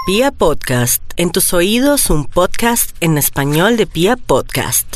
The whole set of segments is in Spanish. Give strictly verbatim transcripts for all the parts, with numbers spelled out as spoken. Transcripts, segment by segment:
Pia Podcast, en tus oídos un podcast en español de Pia Podcast.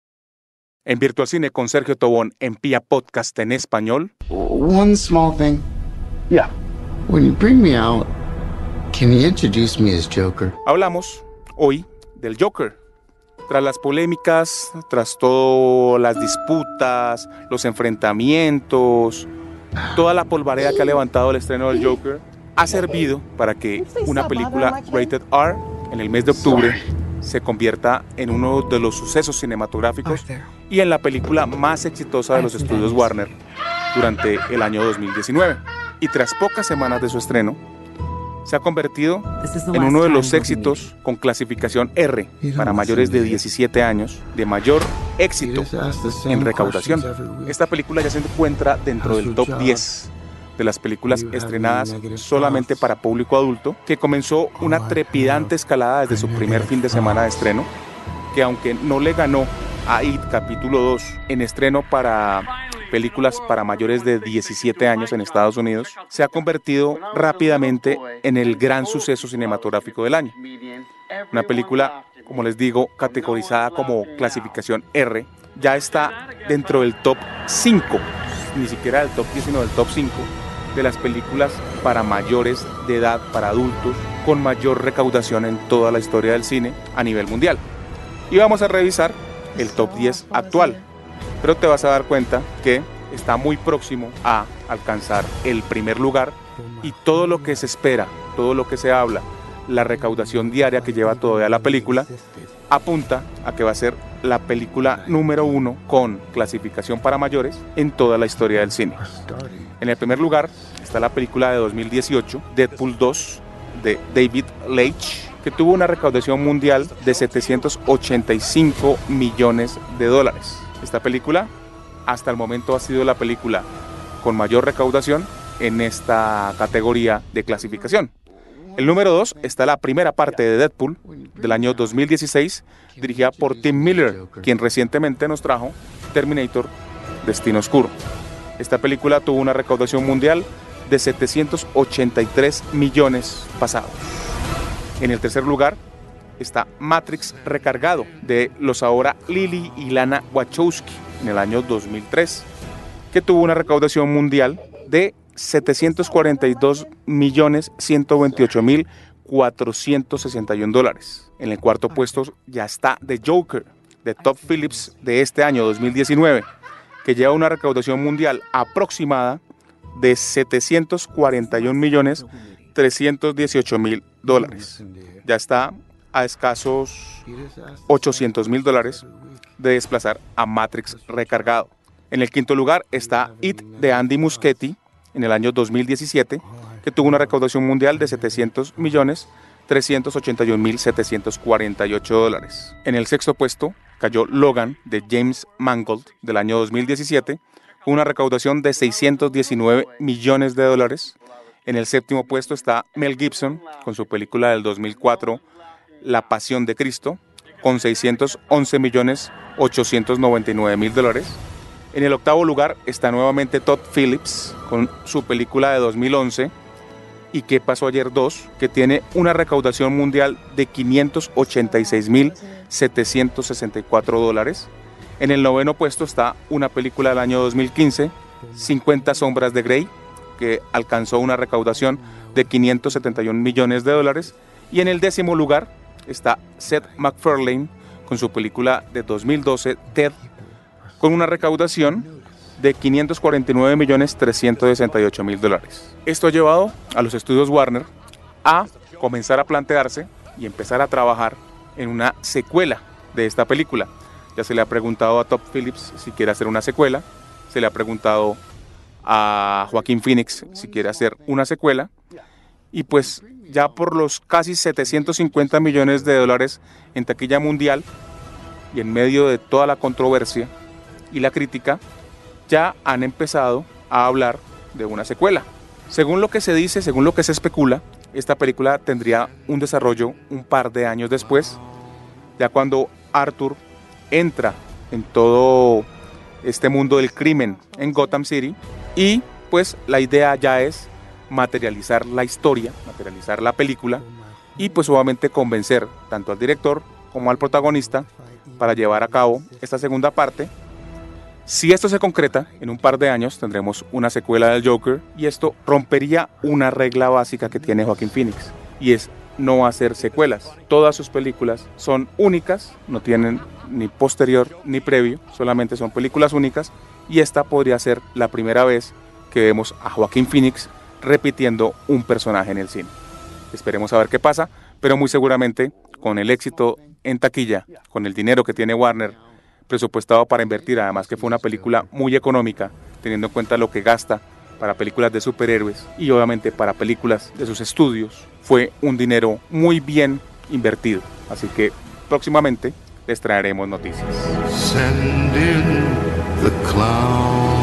En Virtual Cine con Sergio Tobón en Pia Podcast en español. One small thing. Yeah. When you bring me out, can you introduce me as Joker? Hablamos hoy del Joker. Tras las polémicas, tras todas las disputas, los enfrentamientos, toda la polvareda que ha levantado el estreno del Joker, ha servido para que una película rated R en el mes de octubre se convierta en uno de los sucesos cinematográficos y en la película más exitosa de los estudios Warner durante el año dos mil diecinueve. Y tras pocas semanas de su estreno, se ha convertido en uno de los éxitos con clasificación R para mayores de diecisiete años, de mayor éxito en recaudación. Esta película ya se encuentra dentro del top diez de las películas estrenadas solamente para público adulto, que comenzó una trepidante escalada desde su primer fin de semana de estreno, que aunque no le ganó a It capítulo dos en estreno para películas para mayores de diecisiete años en Estados Unidos, se ha convertido rápidamente en el gran suceso cinematográfico del año. Una película, como les digo, categorizada como clasificación R, ya está dentro del top cinco, ni siquiera del top diez, sino del top cinco de las películas para mayores de edad, para adultos, con mayor recaudación en toda la historia del cine a nivel mundial. Y vamos a revisar el top diez actual, pero te vas a dar cuenta que está muy próximo a alcanzar el primer lugar, y todo lo que se espera, todo lo que se habla, la recaudación diaria que lleva todavía la película, apunta a que va a ser la película número uno con clasificación para mayores en toda la historia del cine. En el primer lugar está la película de dos mil dieciocho, Deadpool dos, de David Leitch, que tuvo una recaudación mundial de setecientos ochenta y cinco millones de dólares. Esta película hasta el momento ha sido la película con mayor recaudación en esta categoría de clasificación. El número dos está la primera parte de Deadpool del año dos mil dieciséis, dirigida por Tim Miller, quien recientemente nos trajo Terminator: Destino Oscuro. Esta película tuvo una recaudación mundial de setecientos ochenta y tres millones pasados. En el tercer lugar está Matrix Recargado, de los ahora Lily y Lana Wachowski, en el año dos mil tres, que tuvo una recaudación mundial de setecientos cuarenta y dos millones ciento veintiocho mil cuatrocientos sesenta y uno dólares. En el cuarto puesto ya está The Joker, de Todd Phillips, de este año dos mil diecinueve, que lleva una recaudación mundial aproximada de setecientos cuarenta y un millones trescientos dieciocho mil dólares. Ya está a escasos ochocientos mil dólares de desplazar a Matrix Recargado. En el quinto lugar está It, de Andy Muschietti, en el año dos mil diecisiete, que tuvo una recaudación mundial de setecientos millones trescientos ochenta y un mil setecientos cuarenta y ocho dólares. En el sexto puesto cayó Logan, de James Mangold, del año dos mil diecisiete, con una recaudación de seiscientos diecinueve millones de dólares. En el séptimo puesto está Mel Gibson, con su película del dos mil cuatro, La Pasión de Cristo, con seiscientos once millones ochocientos noventa y nueve mil dólares. En el octavo lugar está nuevamente Todd Phillips, con su película de dos mil once, ¿Y qué pasó ayer dos?, que tiene una recaudación mundial de quinientos ochenta y seis mil setecientos sesenta y cuatro dólares. En el noveno puesto está una película del año dos mil quince, cincuenta sombras de Grey, que alcanzó una recaudación de quinientos setenta y un millones de dólares. Y en el décimo lugar está Seth MacFarlane, con su película de dos mil doce, Ted, con una recaudación de quinientos cuarenta y nueve millones trescientos sesenta y ocho mil dólares. Esto ha llevado a los estudios Warner a comenzar a plantearse y empezar a trabajar en una secuela de esta película. Ya se le ha preguntado a Todd Phillips si quiere hacer una secuela, se le ha preguntado a Joaquín Phoenix si quiere hacer una secuela, y pues ya por los casi setecientos cincuenta millones de dólares en taquilla mundial y en medio de toda la controversia y la crítica, ya han empezado a hablar de una secuela. Según lo que se dice, según lo que se especula, esta película tendría un desarrollo un par de años después, ya cuando Arthur entra en todo este mundo del crimen en Gotham City, y pues la idea ya es materializar la historia, materializar la película y pues obviamente convencer tanto al director como al protagonista para llevar a cabo esta segunda parte. Si esto se concreta, en un par de años tendremos una secuela del Joker y esto rompería una regla básica que tiene Joaquín Phoenix y es no hacer secuelas. Todas sus películas son únicas, no tienen ni posterior ni previo, solamente son películas únicas y esta podría ser la primera vez que vemos a Joaquín Phoenix repitiendo un personaje en el cine. Esperemos a ver qué pasa, pero muy seguramente con el éxito en taquilla, con el dinero que tiene Warner presupuestado para invertir, además que fue una película muy económica, teniendo en cuenta lo que gasta para películas de superhéroes y obviamente para películas de sus estudios, fue un dinero muy bien invertido. Así que próximamente les traeremos noticias. Send in the clown.